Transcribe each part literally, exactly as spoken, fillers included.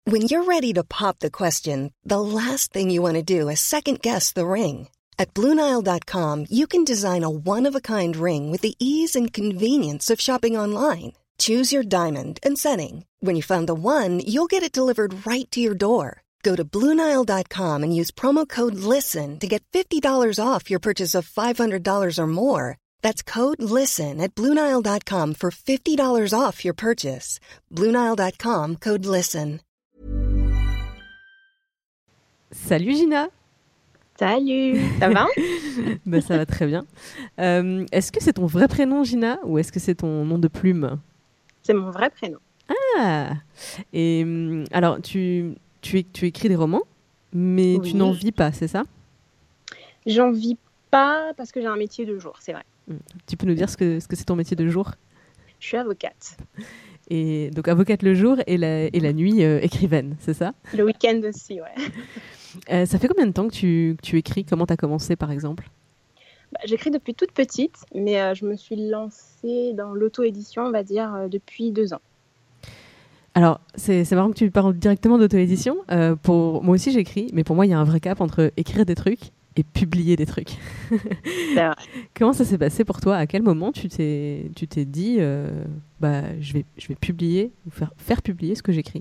When you're ready to pop the question, the last thing you want to do is second-guess the ring. At Blue Nile dot com, you can design a one-of-a-kind ring with the ease and convenience of shopping online. Choose your diamond and setting. When you find the one, you'll get it delivered right to your door. Go to Blue Nile dot com and use promo code LISTEN to get fifty dollars off your purchase of five hundred dollars or more. That's code LISTEN at Blue Nile dot com for fifty dollars off your purchase. Blue Nile dot com, code LISTEN. Salut Gina. Salut, ça va? Ben, ça va très bien. Euh, est-ce que c'est ton vrai prénom Gina ou est-ce que c'est ton nom de plume? C'est mon vrai prénom. Ah. Et alors tu, tu, tu écris des romans, mais Oui. tu n'en vis pas, c'est ça? J'en vis pas parce que j'ai un métier de jour, c'est vrai. Tu peux nous dire ce que, ce que c'est ton métier de jour? Je suis avocate. Et donc avocate le jour et la, et la nuit euh, écrivaine, c'est ça? Le week-end aussi, ouais. Euh, ça fait combien de temps que tu, que tu écris? Comment tu as commencé par exemple? Bah, j'écris depuis toute petite, mais euh, je me suis lancée dans l'auto-édition, on va dire, euh, depuis deux ans. Alors, c'est, c'est marrant que tu parles directement d'auto-édition. Euh, pour, moi aussi j'écris, mais pour moi il y a un vrai cap entre écrire des trucs et publier des trucs. C'est vrai. Comment ça s'est passé pour toi? À quel moment tu t'es, tu t'es dit euh, bah, je, vais, je vais publier ou faire, faire publier ce que j'écris?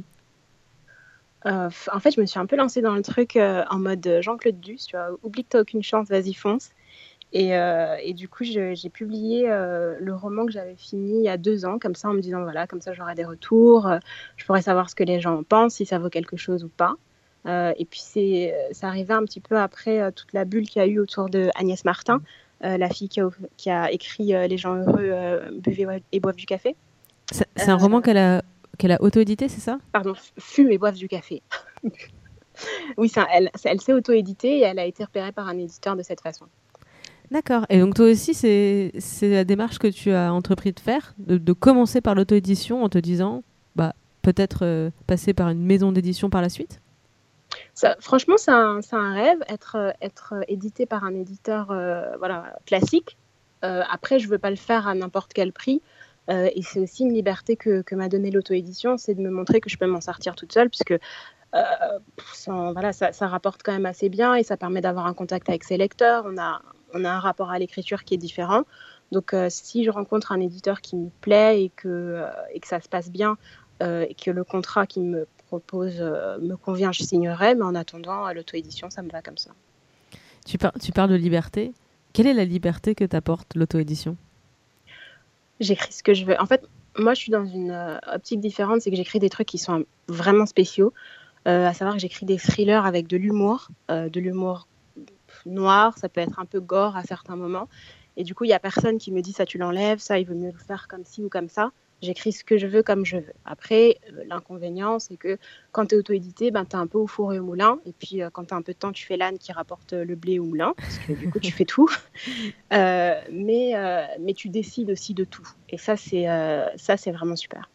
Euh, f- en fait, je me suis un peu lancée dans le truc euh, en mode euh, Jean-Claude Duss, tu vois, oublie que t'as aucune chance, vas-y fonce. Et, euh, et du coup, je- j'ai publié euh, le roman que j'avais fini il y a deux ans, comme ça, en me disant, voilà, comme ça, j'aurai des retours, euh, je pourrais savoir ce que les gens en pensent, si ça vaut quelque chose ou pas. Euh, et puis, c'est, ça arrivait un petit peu après euh, toute la bulle qu'il y a eu autour de Agnès Martin, euh, la fille qui a, qui a écrit euh, Les gens heureux euh, buvez et boivent du café. C'est, c'est un roman qu'elle a, qu'elle a auto-édité, c'est ça? Pardon, f- fument et boivent du café. Oui, ça, elle, elle s'est auto-éditée et elle a été repérée par un éditeur de cette façon. D'accord. Et donc toi aussi, c'est, c'est la démarche que tu as entrepris de faire, de, de commencer par l'auto-édition en te disant, bah, peut-être euh, passer par une maison d'édition par la suite? Ça, franchement, c'est un, c'est un rêve, être, euh, être euh, édité par un éditeur euh, voilà, classique. Euh, après, je ne veux pas le faire à n'importe quel prix. Euh, et c'est aussi une liberté que, que m'a donnée l'auto-édition, c'est de me montrer que je peux m'en sortir toute seule, puisque euh, ça, voilà, ça, ça rapporte quand même assez bien et ça permet d'avoir un contact avec ses lecteurs. On a, on a un rapport à l'écriture qui est différent. Donc, euh, si je rencontre un éditeur qui me plaît et que, euh, et que ça se passe bien euh, et que le contrat qu'il me propose euh, me convient, je signerai. Mais en attendant, à l'auto-édition, ça me va comme ça. Tu, par, tu parles de liberté. Quelle est la liberté que t'apporte l'auto-édition? J'écris ce que je veux. En fait, moi, je suis dans une euh, optique différente, c'est que j'écris des trucs qui sont vraiment spéciaux. Euh, à savoir que j'écris des thrillers avec de l'humour, euh, de l'humour noir, ça peut être un peu gore à certains moments. Et du coup, il n'y a personne qui me dit ça, tu l'enlèves, ça, il vaut mieux le faire comme ci ou comme ça. J'écris ce que je veux comme je veux. Après, euh, l'inconvénient, c'est que quand tu es auto-édité, ben, tu es un peu au four et au moulin. Et puis, euh, quand tu as un peu de temps, tu fais l'âne qui rapporte euh, le blé au moulin, parce que du coup, tu fais tout. Euh, mais, euh, mais tu décides aussi de tout. Et ça, c'est, euh, ça, c'est vraiment super.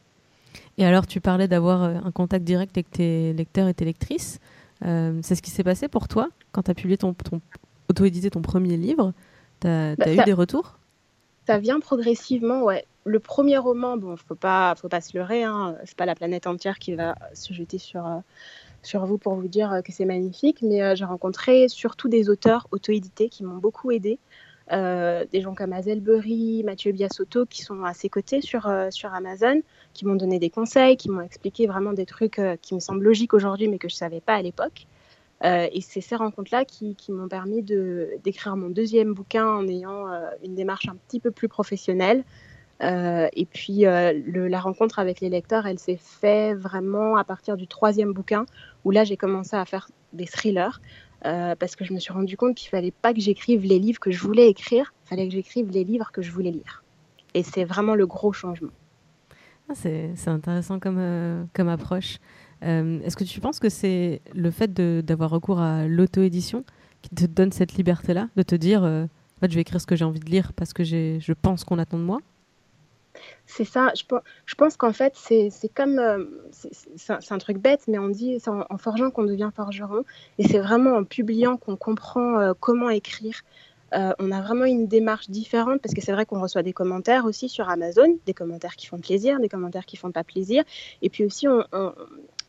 Et alors, tu parlais d'avoir euh, un contact direct avec tes lecteurs et tes lectrices. Euh, c'est ce qui s'est passé pour toi quand tu as publié ton, ton auto-édité ton premier livre? Tu as Bah, eu ça- des retours? Ça vient progressivement, ouais. Le premier roman, bon, faut pas, faut pas se leurrer, hein. C'est pas la planète entière qui va se jeter sur, euh, sur vous pour vous dire euh, que c'est magnifique, mais euh, j'ai rencontré surtout des auteurs auto-édités qui m'ont beaucoup aidée. Euh, des gens comme Azel Berry, Mathieu Biasotto, qui sont à ses côtés sur, euh, sur Amazon, qui m'ont donné des conseils, qui m'ont expliqué vraiment des trucs euh, qui me semblent logiques aujourd'hui, mais que je savais pas à l'époque. Euh, et c'est ces rencontres-là qui, qui m'ont permis de, d'écrire mon deuxième bouquin en ayant euh, une démarche un petit peu plus professionnelle. Euh, et puis, euh, le, la rencontre avec les lecteurs, elle s'est faite vraiment à partir du troisième bouquin, où là, j'ai commencé à faire des thrillers, euh, parce que je me suis rendu compte qu'il ne fallait pas que j'écrive les livres que je voulais écrire, il fallait que j'écrive les livres que je voulais lire. Et c'est vraiment le gros changement. Ah, c'est, c'est intéressant comme, euh, comme approche. Euh, est-ce que tu penses que c'est le fait de, d'avoir recours à l'auto-édition qui te donne cette liberté-là, de te dire euh, en fait, je vais écrire ce que j'ai envie de lire parce que j'ai, je pense qu'on attend de moi? C'est ça, je, pe- je pense qu'en fait, c'est, c'est comme, euh, c'est, c'est un, c'est un truc bête, mais on dit c'est en, en forgeant qu'on devient forgeron. Et c'est vraiment en publiant qu'on comprend euh, comment écrire. Euh, on a vraiment une démarche différente, parce que c'est vrai qu'on reçoit des commentaires aussi sur Amazon, des commentaires qui font plaisir, des commentaires qui font pas plaisir. Et puis aussi, on, on,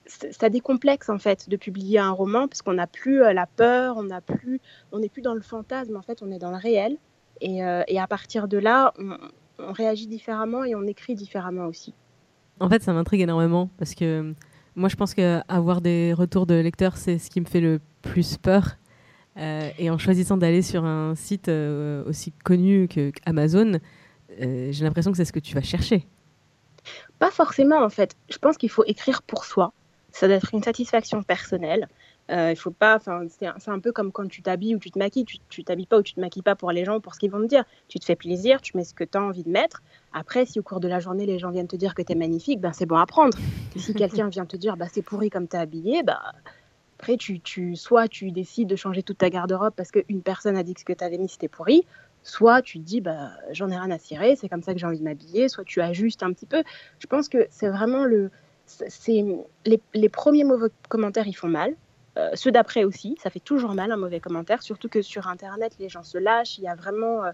ça décomplexe en fait de publier un roman parce qu'on n'a plus euh, la peur, on n'a plus, on n'est plus dans le fantasme, en fait, on est dans le réel. Et, euh, et à partir de là, on, on réagit différemment et on écrit différemment aussi. En fait, ça m'intrigue énormément parce que moi, je pense qu'avoir des retours de lecteurs, c'est ce qui me fait le plus peur. Euh, et en choisissant d'aller sur un site euh, aussi connu que qu'Amazon, euh, j'ai l'impression que c'est ce que tu vas chercher. Pas forcément, en fait. Je pense qu'il faut écrire pour soi. Ça doit être une satisfaction personnelle. Euh, il faut pas, enfin, c'est, un, c'est un peu comme quand tu t'habilles ou tu te maquilles. Tu, tu t'habilles pas ou tu te maquilles pas pour les gens, pour ce qu'ils vont te dire. Tu te fais plaisir, tu mets ce que tu as envie de mettre. Après, si au cours de la journée, les gens viennent te dire que tu es magnifique, ben, c'est bon à prendre. Et si quelqu'un vient te dire, bah, c'est pourri comme tu es habillé, bah, après, tu, tu, soit tu décides de changer toute ta garde-robe parce qu'une personne a dit que ce que tu avais mis, c'était pourri. Soit tu te dis, bah, j'en ai rien à cirer, c'est comme ça que j'ai envie de m'habiller. Soit tu ajustes un petit peu. Je pense que c'est vraiment le... C'est, les, les premiers mauvais commentaires, ils font mal. Euh, ceux d'après aussi, ça fait toujours mal un mauvais commentaire, surtout que sur Internet, les gens se lâchent, il y a vraiment euh,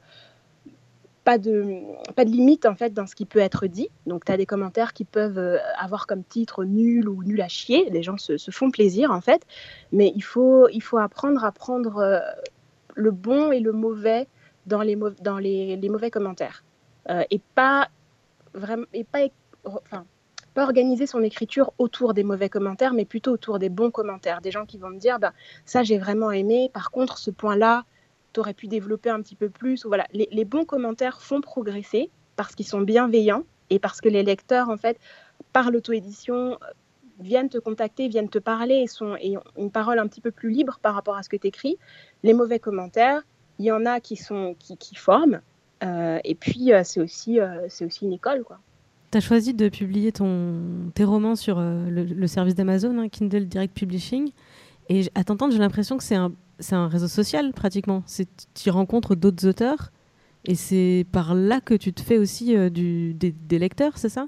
pas, de, pas de limite en fait dans ce qui peut être dit. Donc tu as des commentaires qui peuvent euh, avoir comme titre nul ou nul à chier, les gens se, se font plaisir en fait, mais il faut, il faut apprendre à prendre euh, le bon et le mauvais dans les, mau- dans les, les mauvais commentaires. Euh, et pas vraiment, et pas, enfin, pas organiser son écriture autour des mauvais commentaires, mais plutôt autour des bons commentaires. Des gens qui vont me dire, bah, ça j'ai vraiment aimé, par contre ce point-là, tu aurais pu développer un petit peu plus. Ou voilà. les, les bons commentaires font progresser parce qu'ils sont bienveillants et parce que les lecteurs, en fait, par l'auto-édition, viennent te contacter, viennent te parler et, sont, et ont une parole un petit peu plus libre par rapport à ce que tu écris. Les mauvais commentaires, il y en a qui, sont, qui, qui forment, euh, et puis euh, c'est, aussi, euh, c'est aussi une école, quoi. Tu as choisi de publier ton, tes romans sur euh, le, le service d'Amazon, hein, Kindle Direct Publishing. Et à t'entendre, j'ai l'impression que c'est un, c'est un réseau social, pratiquement. Tu rencontres d'autres auteurs et c'est par là que tu te fais aussi euh, du, des, des lecteurs, c'est ça ?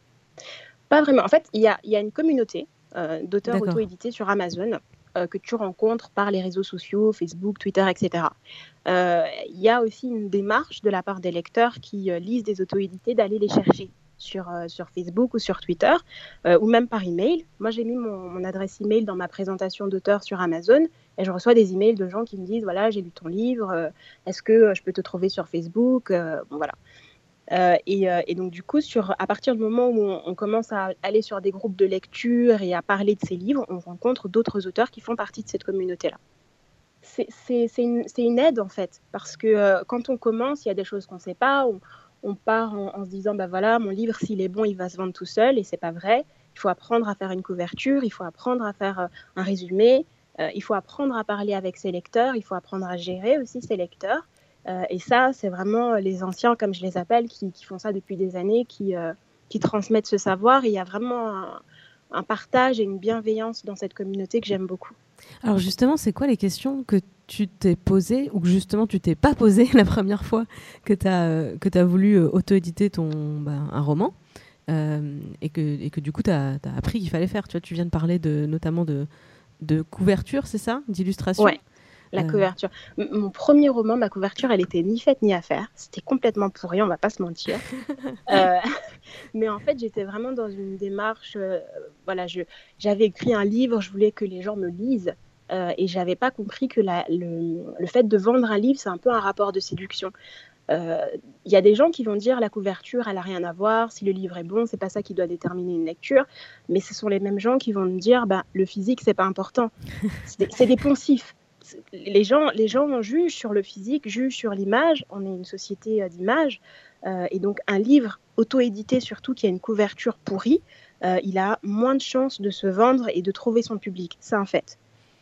Pas vraiment. En fait, il y a, y a une communauté euh, d'auteurs D'accord. auto-édités sur Amazon euh, que tu rencontres par les réseaux sociaux, Facebook, Twitter, et cetera. Il euh, y a aussi une démarche de la part des lecteurs qui euh, lisent des auto-édités d'aller les chercher sur, euh, sur Facebook ou sur Twitter, euh, ou même par email. Moi, j'ai mis mon, mon adresse email dans ma présentation d'auteur sur Amazon et je reçois des emails de gens qui me disent, voilà, j'ai lu ton livre, euh, est-ce que euh, je peux te trouver sur Facebook euh, bon, voilà. Euh, et, euh, et donc du coup, sur, à partir du moment où on, on commence à aller sur des groupes de lecture et à parler de ces livres, on rencontre d'autres auteurs qui font partie de cette communauté-là. C'est, c'est, c'est, une, c'est une aide en fait, parce que euh, quand on commence, il y a des choses qu'on ne sait pas, on, on part en, en se disant, bah voilà, mon livre, s'il est bon, il va se vendre tout seul, et c'est pas vrai. Il faut apprendre à faire une couverture, il faut apprendre à faire euh, un résumé, euh, il faut apprendre à parler avec ses lecteurs, il faut apprendre à gérer aussi ses lecteurs. Euh, et ça, c'est vraiment les anciens, comme je les appelle, qui, qui font ça depuis des années, qui, euh, qui transmettent ce savoir. Et il y a vraiment un, un partage et une bienveillance dans cette communauté que j'aime beaucoup. Alors justement, c'est quoi les questions que tu t'es posées ou que justement tu t'es pas posées la première fois que tu as euh, que tu as voulu euh, auto-éditer ton bah, un roman euh, et que et que du coup tu as appris qu'il fallait faire. Tu vois, tu viens de parler de notamment de de couverture, c'est ça, d'illustration. Ouais. La euh... couverture. M- mon premier roman, ma couverture, elle était ni faite ni à faire. C'était complètement pourri, on va pas se mentir. euh, mais en fait, j'étais vraiment dans une démarche. Euh, voilà, je, j'avais écrit un livre, je voulais que les gens me lisent. Euh, et j'avais pas compris que la, le, le fait de vendre un livre, c'est un peu un rapport de séduction. Il euh, y a des gens qui vont dire la couverture, elle a rien à voir. Si le livre est bon, c'est pas ça qui doit déterminer une lecture. Mais ce sont les mêmes gens qui vont me dire, bah, le physique, c'est pas important. C'est des, c'est des poncifs. Les gens, les gens jugent sur le physique, jugent sur l'image. On est une société d'image. Euh, et donc, un livre auto-édité, surtout qui a une couverture pourrie, euh, il a moins de chances de se vendre et de trouver son public. C'est un fait.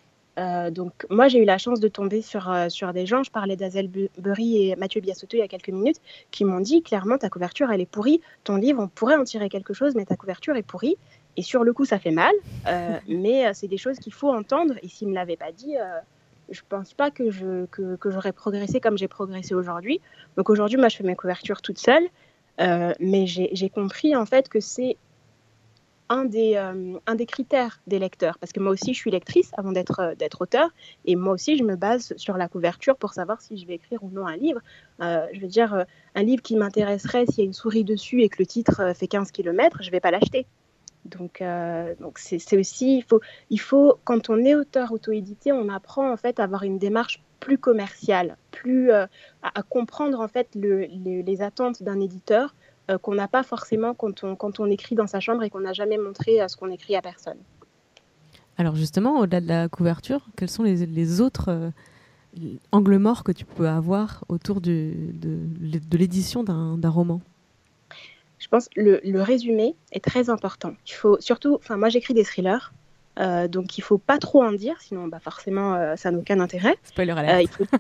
Euh, donc, moi, j'ai eu la chance de tomber sur, euh, sur des gens. Je parlais d'Azel Bury et Mathieu Biasotto il y a quelques minutes, qui m'ont dit clairement, ta couverture, elle est pourrie. Ton livre, on pourrait en tirer quelque chose, mais ta couverture est pourrie. Et sur le coup, ça fait mal. Euh, mais euh, c'est des choses qu'il faut entendre. Et s'ils ne me l'avaient pas dit... Euh, je ne pense pas que, je, que, que j'aurais progressé comme j'ai progressé aujourd'hui. Donc aujourd'hui, moi, je fais mes couvertures toute seule. Euh, mais j'ai, j'ai compris, en fait, que c'est un des, euh, un des critères des lecteurs. Parce que moi aussi, je suis lectrice avant d'être, d'être auteur. Et moi aussi, je me base sur la couverture pour savoir si je vais écrire ou non un livre. Euh, je veux dire, un livre qui m'intéresserait s'il y a une souris dessus et que le titre fait quinze kilomètres, je ne vais pas l'acheter. Donc, euh, donc c'est, c'est aussi, il faut, il faut, quand on est auteur auto-édité, on apprend en fait à avoir une démarche plus commerciale, plus euh, à, à comprendre en fait le, les, les attentes d'un éditeur euh, qu'on n'a pas forcément quand on, quand on écrit dans sa chambre et qu'on n'a jamais montré à ce qu'on écrit à personne. Alors justement, au-delà de la couverture, quels sont les, les autres euh, angles morts que tu peux avoir autour du, de, de l'édition d'un, d'un roman? Je pense que le, le résumé est très important. Il faut surtout, enfin moi j'écris des thrillers, euh, donc il faut pas trop en dire, sinon bah forcément euh, ça n'a aucun intérêt. Spoiler alert. Euh, il, faut...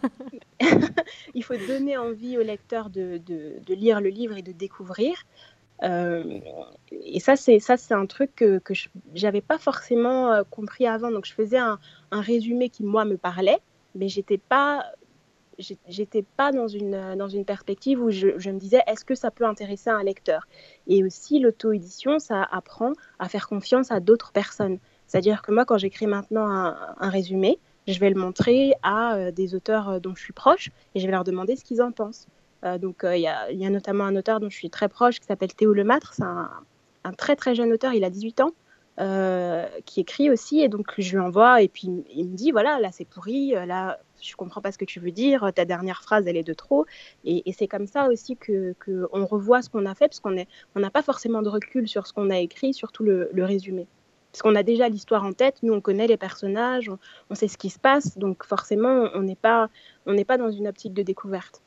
il faut donner envie au lecteur de, de, de lire le livre et de découvrir. Euh, et ça c'est ça c'est un truc que que je, j'avais pas forcément euh, compris avant. Donc je faisais un, un résumé qui moi me parlait, mais j'étais pas j'étais pas dans une, dans une perspective où je, je me disais est-ce que ça peut intéresser un lecteur. Et aussi l'auto-édition, ça apprend à faire confiance à d'autres personnes. C'est-à-dire que moi, quand j'écris maintenant un, un résumé, je vais le montrer à euh, des auteurs dont je suis proche et je vais leur demander ce qu'ils en pensent. Euh, donc il euh, y, a, y a notamment un auteur dont je suis très proche qui s'appelle Théo Lemâtre. C'est un, un très très jeune auteur, il a dix-huit ans. Euh, qui écrit aussi, et donc je lui envoie et puis il me dit voilà, là c'est pourri, là je comprends pas ce que tu veux dire, ta dernière phrase elle est de trop, et, et c'est comme ça aussi que, que on revoit ce qu'on a fait, parce qu'on est, on n'a pas forcément de recul sur ce qu'on a écrit, surtout le, le résumé, parce qu'on a déjà l'histoire en tête, nous on connaît les personnages, on, on sait ce qui se passe, donc forcément on n'est pas, on n'est pas dans une optique de découverte.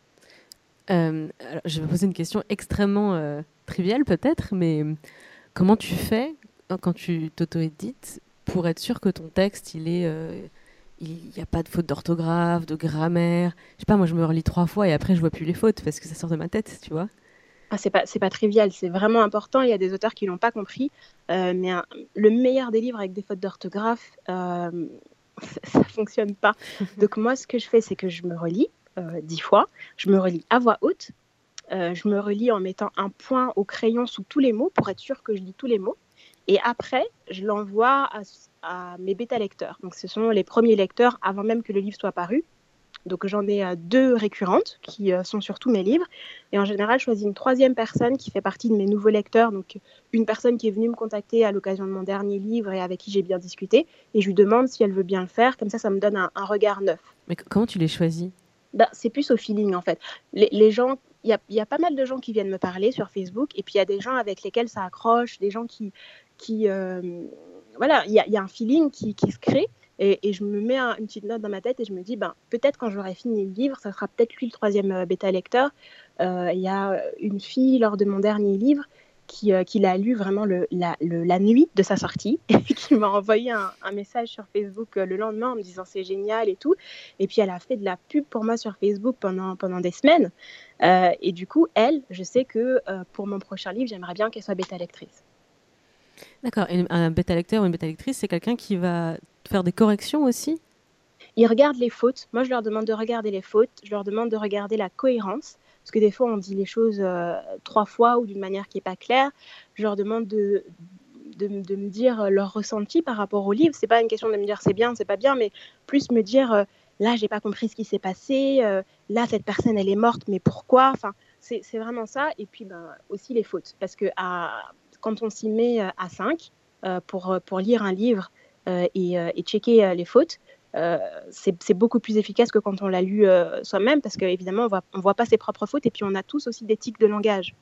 Euh, alors, je vais poser une question extrêmement euh, triviale peut-être, mais comment tu fais quand tu t'auto-édites pour être sûr que ton texte, il est, euh, il n'y a pas de faute d'orthographe, de grammaire. Je sais pas, moi je me relis trois fois et après je vois plus les fautes parce que ça sort de ma tête, tu vois. Ah, c'est pas, c'est pas trivial, c'est vraiment important. Il y a des auteurs qui l'ont pas compris, euh, mais un, le meilleur des livres avec des fautes d'orthographe, euh, ça, ça fonctionne pas. Donc moi, ce que je fais, c'est que je me relis euh, dix fois, je me relis à voix haute, euh, je me relis en mettant un point au crayon sous tous les mots pour être sûr que je lis tous les mots. Et après, je l'envoie à, à mes bêta-lecteurs. Donc, ce sont les premiers lecteurs avant même que le livre soit paru. Donc, j'en ai euh, deux récurrentes qui euh, sont sur tous mes livres. Et en général, je choisis une troisième personne qui fait partie de mes nouveaux lecteurs. Donc, une personne qui est venue me contacter à l'occasion de mon dernier livre et avec qui j'ai bien discuté. Et je lui demande si elle veut bien le faire. Comme ça, ça me donne un, un regard neuf. Mais c- comment tu les choisis ? Ben, c'est plus au feeling, en fait. Les, les gens... Il y, a, il y a pas mal de gens qui viennent me parler sur Facebook, et puis il y a des gens avec lesquels ça accroche, des gens qui... qui euh, voilà, il y, y a un feeling qui, qui se crée, et, et je me mets un, une petite note dans ma tête, et je me dis, ben, peut-être quand j'aurai fini le livre, ça sera peut-être lui le troisième euh, bêta-lecteur. Euh, il y a une fille, lors de mon dernier livre, qui, euh, qui l'a lu vraiment le, la, le, la nuit de sa sortie et qui m'a envoyé un, un message sur Facebook euh, le lendemain en me disant c'est génial et tout. Et puis elle a fait de la pub pour moi sur Facebook pendant, pendant des semaines. Euh, et du coup, elle, je sais que euh, pour mon prochain livre, j'aimerais bien qu'elle soit bêta-lectrice. D'accord. Et un bêta-lecteur ou une bêta-lectrice, c'est quelqu'un qui va faire des corrections aussi ? Ils regardent les fautes. Moi, je leur demande de regarder les fautes. Je leur demande de regarder la cohérence. Parce que des fois, on dit les choses euh, trois fois ou d'une manière qui n'est pas claire. Je leur demande de, de, de me dire leur ressenti par rapport au livre. Ce n'est pas une question de me dire c'est bien, c'est pas bien, mais plus me dire euh, là, je n'ai pas compris ce qui s'est passé. Euh, là, cette personne, elle est morte, mais pourquoi ? Enfin, c'est, c'est vraiment ça. Et puis, ben, aussi les fautes. Parce que à, quand on s'y met à cinq euh, pour, pour lire un livre euh, et, euh, et checker euh, les fautes, Euh, c'est, c'est beaucoup plus efficace que quand on l'a lu euh, soi-même, parce qu'évidemment, on ne voit pas ses propres fautes, et puis on a tous aussi des tics de langage.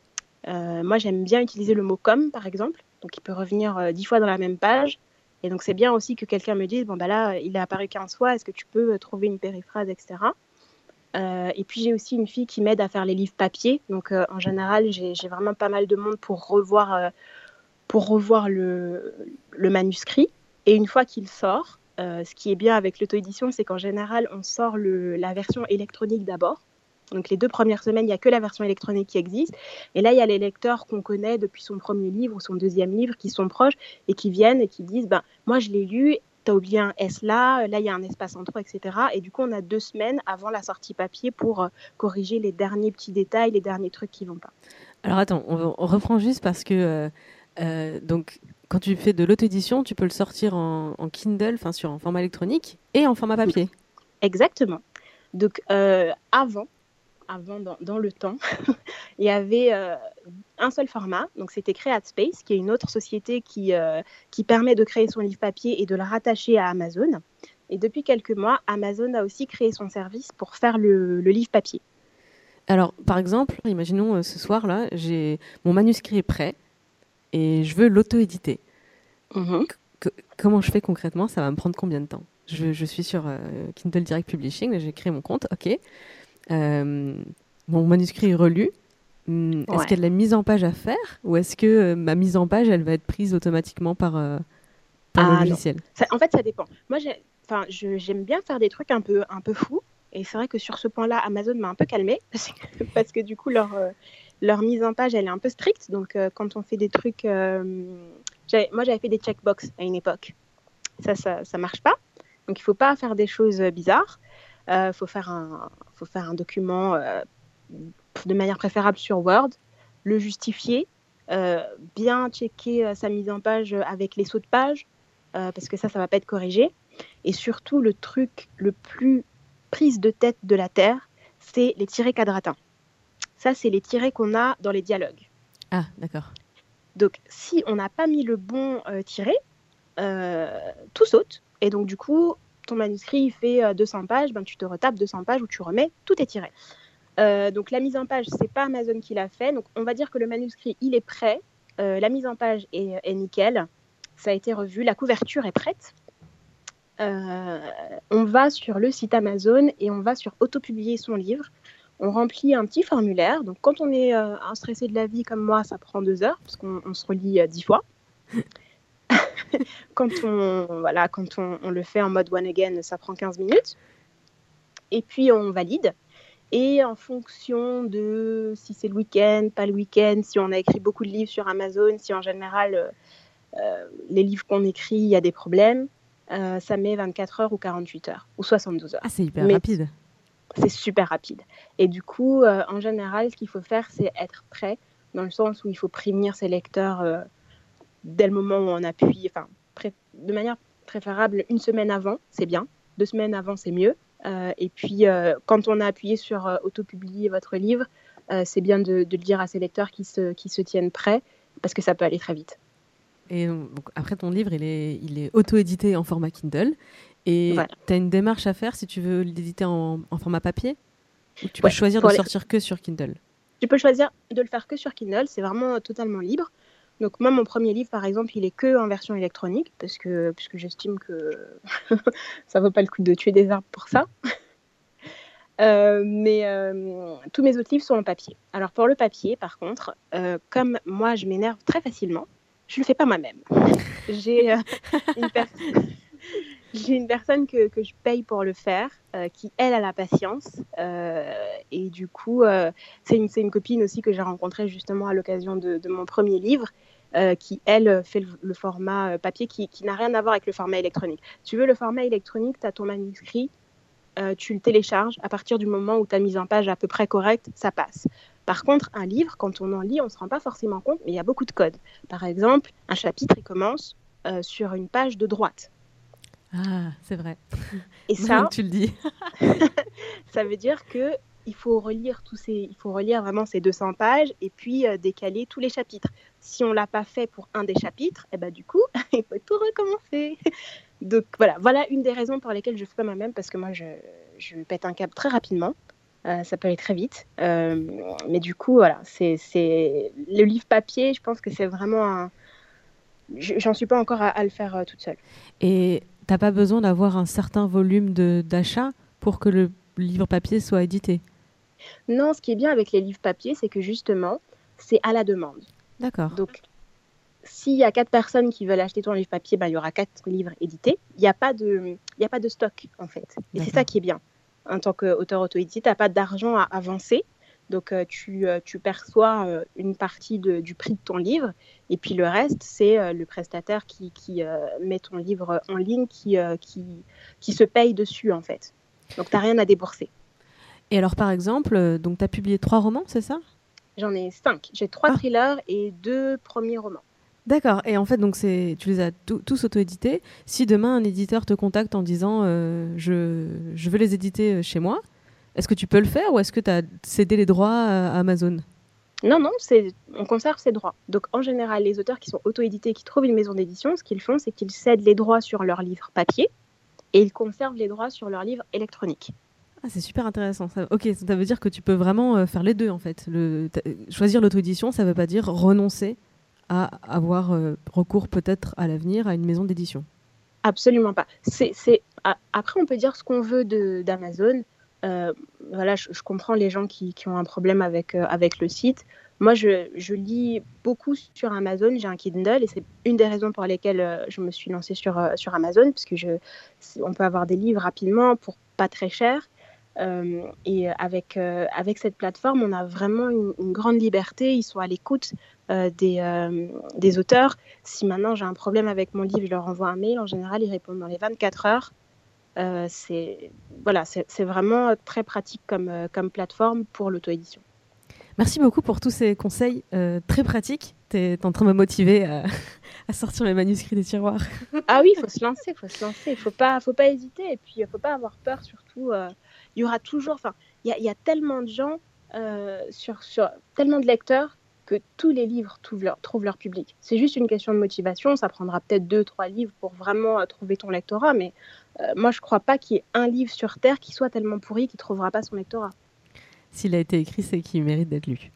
Euh, moi, j'aime bien utiliser le mot « comme », par exemple, donc il peut revenir euh, dix fois dans la même page, et donc c'est bien aussi que quelqu'un me dise « bon, bah là, il est apparu quinze fois, est-ce que tu peux trouver une périphrase, et cetera » euh, Et puis, j'ai aussi une fille qui m'aide à faire les livres papier, donc euh, en général, j'ai, j'ai vraiment pas mal de monde pour revoir, euh, pour revoir le, le manuscrit, et une fois qu'il sort, Euh, ce qui est bien avec l'auto-édition, c'est qu'en général, on sort le, la version électronique d'abord. Donc les deux premières semaines, il n'y a que la version électronique qui existe. Et là, il y a les lecteurs qu'on connaît depuis son premier livre ou son deuxième livre qui sont proches et qui viennent et qui disent ben, « moi, je l'ai lu, tu as oublié un S là, là, il y a un espace en trop, et cetera » Et du coup, on a deux semaines avant la sortie papier pour euh, corriger les derniers petits détails, les derniers trucs qui ne vont pas. Alors attends, on, on reprend juste parce que... Euh, euh, donc... Quand tu fais de l'auto-édition, tu peux le sortir en, en Kindle, enfin sur en format électronique et en format papier. Exactement. Donc euh, avant, avant dans, dans le temps, il y avait euh, un seul format, donc c'était CreateSpace, qui est une autre société qui, euh, qui permet de créer son livre papier et de le rattacher à Amazon. Et depuis quelques mois, Amazon a aussi créé son service pour faire le, le livre papier. Alors, par exemple, imaginons euh, ce soir-là, j'ai mon manuscrit est prêt et je veux l'auto-éditer. Mm-hmm. C- comment je fais concrètement? Ça va me prendre combien de temps? je, je suis sur euh, Kindle Direct Publishing, j'ai créé mon compte, ok. Euh, mon manuscrit est relu. Hum, Est-ce Ouais. qu'il y a de la mise en page à faire ou est-ce que euh, ma mise en page, elle va être prise automatiquement par, euh, par le Ah non, logiciel? Ça- en fait, ça dépend. Moi, j'ai, enfin, je- j'aime bien faire des trucs un peu, un peu fous. Et c'est vrai que sur ce point-là, Amazon m'a un peu calmée parce que, parce que du coup, leur, euh, leur mise en page, elle est un peu stricte. Donc, euh, quand on fait des trucs... euh, j'avais- moi, j'avais fait des checkbox à une époque. Ça, ça, ça marche pas. Donc, il faut pas faire des choses euh, bizarres. Il euh, faut, faire un, faut faire un document euh, de manière préférable sur Word, le justifier, euh, bien checker euh, sa mise en page avec les sauts de page, euh, parce que ça, ça va pas être corrigé. Et surtout, le truc le plus prise de tête de la Terre, c'est les tirets quadratins. Ça, c'est les tirets qu'on a dans les dialogues. Ah, d'accord. Donc, si on n'a pas mis le bon euh, tiret, euh, tout saute. Et donc, du coup, ton manuscrit il fait euh, deux cents pages, ben, tu te retapes deux cents pages où tu remets tous tes tirets. Euh, donc, la mise en page, c'est pas Amazon qui l'a fait. Donc, on va dire que le manuscrit, il est prêt. Euh, la mise en page est, est nickel. Ça a été revu. La couverture est prête. Euh, on va sur le site Amazon et on va sur auto-publier son livre. On remplit un petit formulaire. Donc, quand on est euh, un stressé de la vie comme moi, ça prend deux heures parce qu'on on se relit euh, dix fois. Quand, on, voilà, quand on, on le fait en mode one again, ça prend quinze minutes. Et puis, on valide. Et en fonction de si c'est le week-end, pas le week-end, si on a écrit beaucoup de livres sur Amazon, si en général, euh, les livres qu'on écrit, il y a des problèmes, euh, ça met vingt-quatre heures ou quarante-huit heures ou soixante-douze heures. Ah, c'est hyper Mais rapide. c'est super rapide. Et du coup, euh, en général, ce qu'il faut faire, c'est être prêt, dans le sens où il faut prévenir ses lecteurs euh, dès le moment où on appuie, enfin, pré- de manière préférable une semaine avant, c'est bien. Deux semaines avant, c'est mieux. Euh, et puis, euh, quand on a appuyé sur euh, auto-publier votre livre, euh, c'est bien de, de le dire à ses lecteurs qui se, qui se tiennent prêts, parce que ça peut aller très vite. Et donc, après, ton livre, il est, il est auto-édité en format Kindle. Et Voilà. tu as une démarche à faire si tu veux l'éditer en, en format papier? Ou tu Ouais, peux choisir de pour le les- sortir que sur Kindle? Tu peux choisir de le faire que sur Kindle, c'est vraiment euh, totalement libre. Donc moi, mon premier livre, par exemple, il est que en version électronique, parce que, puisque j'estime que ça vaut pas le coup de tuer des arbres pour ça. Euh, mais euh, tous mes autres livres sont en papier. Alors pour le papier, par contre, euh, comme moi, je m'énerve très facilement, je le fais pas moi-même. J'ai euh, une, per- j'ai une personne que, que je paye pour le faire, euh, qui, elle, a la patience. Euh, et du coup, euh, c'est, une, c'est une copine aussi que j'ai rencontrée justement à l'occasion de, de mon premier livre, euh, qui, elle, fait le, le format papier qui, qui n'a rien à voir avec le format électronique. Si tu veux, le format électronique, tu as ton manuscrit, euh, tu le télécharges. À partir du moment où tu as mis en page à peu près correcte, ça passe. Par contre, un livre, quand on en lit, on ne se rend pas forcément compte, mais il y a beaucoup de codes. Par exemple, un chapitre, il commence euh, sur une page de droite. Ah, c'est vrai. Et Maintenant ça, que tu le dis. ça veut dire que il faut relire tous ces, il faut relire vraiment ces deux cents pages et puis euh, décaler tous les chapitres. Si on l'a pas fait pour un des chapitres, et ben du coup, il faut tout recommencer. Donc voilà, voilà une des raisons pour lesquelles je fais pas moi-même, parce que moi je, je pète un câble très rapidement. Euh, ça peut aller très vite. Euh, mais du coup, voilà, c'est, c'est le livre papier. Je pense que c'est vraiment un. J'en suis pas encore à, à le faire euh, toute seule. Et t'as pas besoin d'avoir un certain volume de, d'achat pour que le livre papier soit édité? Non, ce qui est bien avec les livres papier, c'est que justement, c'est à la demande. D'accord. Donc, s'il y a quatre personnes qui veulent acheter ton livre papier, ben, il y aura quatre livres édités. Il n'y a pas de, il y a pas de stock, en fait. Et D'accord. c'est ça qui est bien. En tant qu'auteur auto-édité, tu n'as pas d'argent à avancer. Donc, euh, tu, euh, tu perçois euh, une partie de, du prix de ton livre. Et puis, le reste, c'est euh, le prestataire qui, qui euh, met ton livre en ligne, qui, euh, qui, qui se paye dessus, en fait. Donc, tu n'as rien à débourser. Et alors, par exemple, euh, donc tu as publié trois romans, c'est ça? J'en ai cinq. J'ai trois Ah. thrillers et deux premiers romans. D'accord. Et en fait, donc c'est, tu les as tout- tous auto-édités. Si demain un éditeur te contacte en disant euh, je, je veux les éditer chez moi, Est-ce que tu peux le faire ou est-ce que tu as cédé les droits à Amazon ? Non, non, c'est, on conserve ses droits. Donc, en général, les auteurs qui sont auto-édités et qui trouvent une maison d'édition, ce qu'ils font, c'est qu'ils cèdent les droits sur leur livre papier et ils conservent les droits sur leur livre électronique. Ah, c'est super intéressant. Ça, ok, ça veut dire que tu peux vraiment euh, faire les deux, en fait. Le, choisir l'auto-édition, ça ne veut pas dire renoncer à avoir euh, recours peut-être à l'avenir à une maison d'édition. Absolument pas. C'est, c'est, après, on peut dire ce qu'on veut de, d'Amazon. Euh, voilà, je, je comprends les gens qui, qui ont un problème avec, euh, avec le site. Moi, je, je lis beaucoup sur Amazon. J'ai un Kindle et c'est une des raisons pour lesquelles euh, je me suis lancée sur, euh, sur Amazon, parce que je, on peut avoir des livres rapidement pour pas très cher. Euh, et avec, euh, avec cette plateforme, on a vraiment une, une grande liberté. Ils sont à l'écoute euh, des, euh, des auteurs. Si maintenant j'ai un problème avec mon livre, je leur envoie un mail. En général, ils répondent dans les vingt-quatre heures. Euh, c'est, voilà, c'est, c'est vraiment très pratique comme, euh, comme plateforme pour l'auto-édition. Merci beaucoup pour tous ces conseils euh, très pratiques. Tu es en train de me motiver à, à sortir mes manuscrits des tiroirs. Ah oui, il faut se lancer, il faut se lancer. Il ne faut pas, faut pas hésiter et puis il ne faut pas avoir peur surtout. Euh, il y aura toujours, enfin, il y, y a tellement de gens, euh, sur, sur, tellement de lecteurs que tous les livres trouvent leur, trouvent leur public. C'est juste une question de motivation. Ça prendra peut-être deux, trois livres pour vraiment euh, trouver ton lectorat. Mais euh, moi, je ne crois pas qu'il y ait un livre sur Terre qui soit tellement pourri qu'il ne trouvera pas son lectorat. S'il a été écrit, c'est qu'il mérite d'être lu.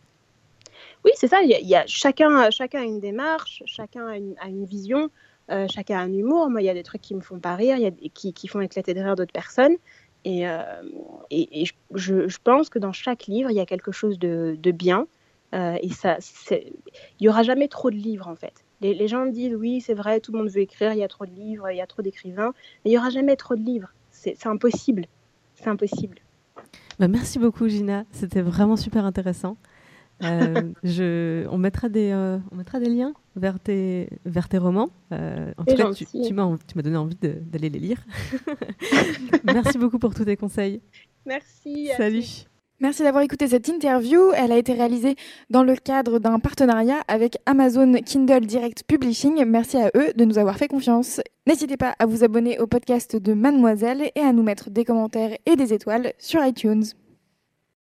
Oui, c'est ça. Il y a, il y a, chacun, chacun a une démarche, chacun a une, a une vision, euh, chacun a un humour. Moi, il y a des trucs qui me font pas rire, il y a des, qui, qui font éclater de rire d'autres personnes. Et, euh, et, et je, je pense que dans chaque livre, il y a quelque chose de, de bien. Euh, et ça, c'est... il n'y aura jamais trop de livres, en fait. Les, les gens disent, oui, c'est vrai, tout le monde veut écrire, il y a trop de livres, il y a trop d'écrivains. Mais il n'y aura jamais trop de livres. C'est, c'est impossible. C'est impossible. Bah, merci beaucoup, Gina. C'était vraiment super intéressant. Euh, je, on, mettra des, euh, on mettra des liens vers tes, vers tes romans. Euh, en c'est tout cas, gentil. tu, tu, m'as, tu m'as donné envie de, d'aller les lire. Merci beaucoup pour tous tes conseils. Merci. Salut. Merci d'avoir écouté cette interview. Elle a été réalisée dans le cadre d'un partenariat avec Amazon Kindle Direct Publishing. Merci à eux de nous avoir fait confiance. N'hésitez pas à vous abonner au podcast de Mademoiselle et à nous mettre des commentaires et des étoiles sur iTunes.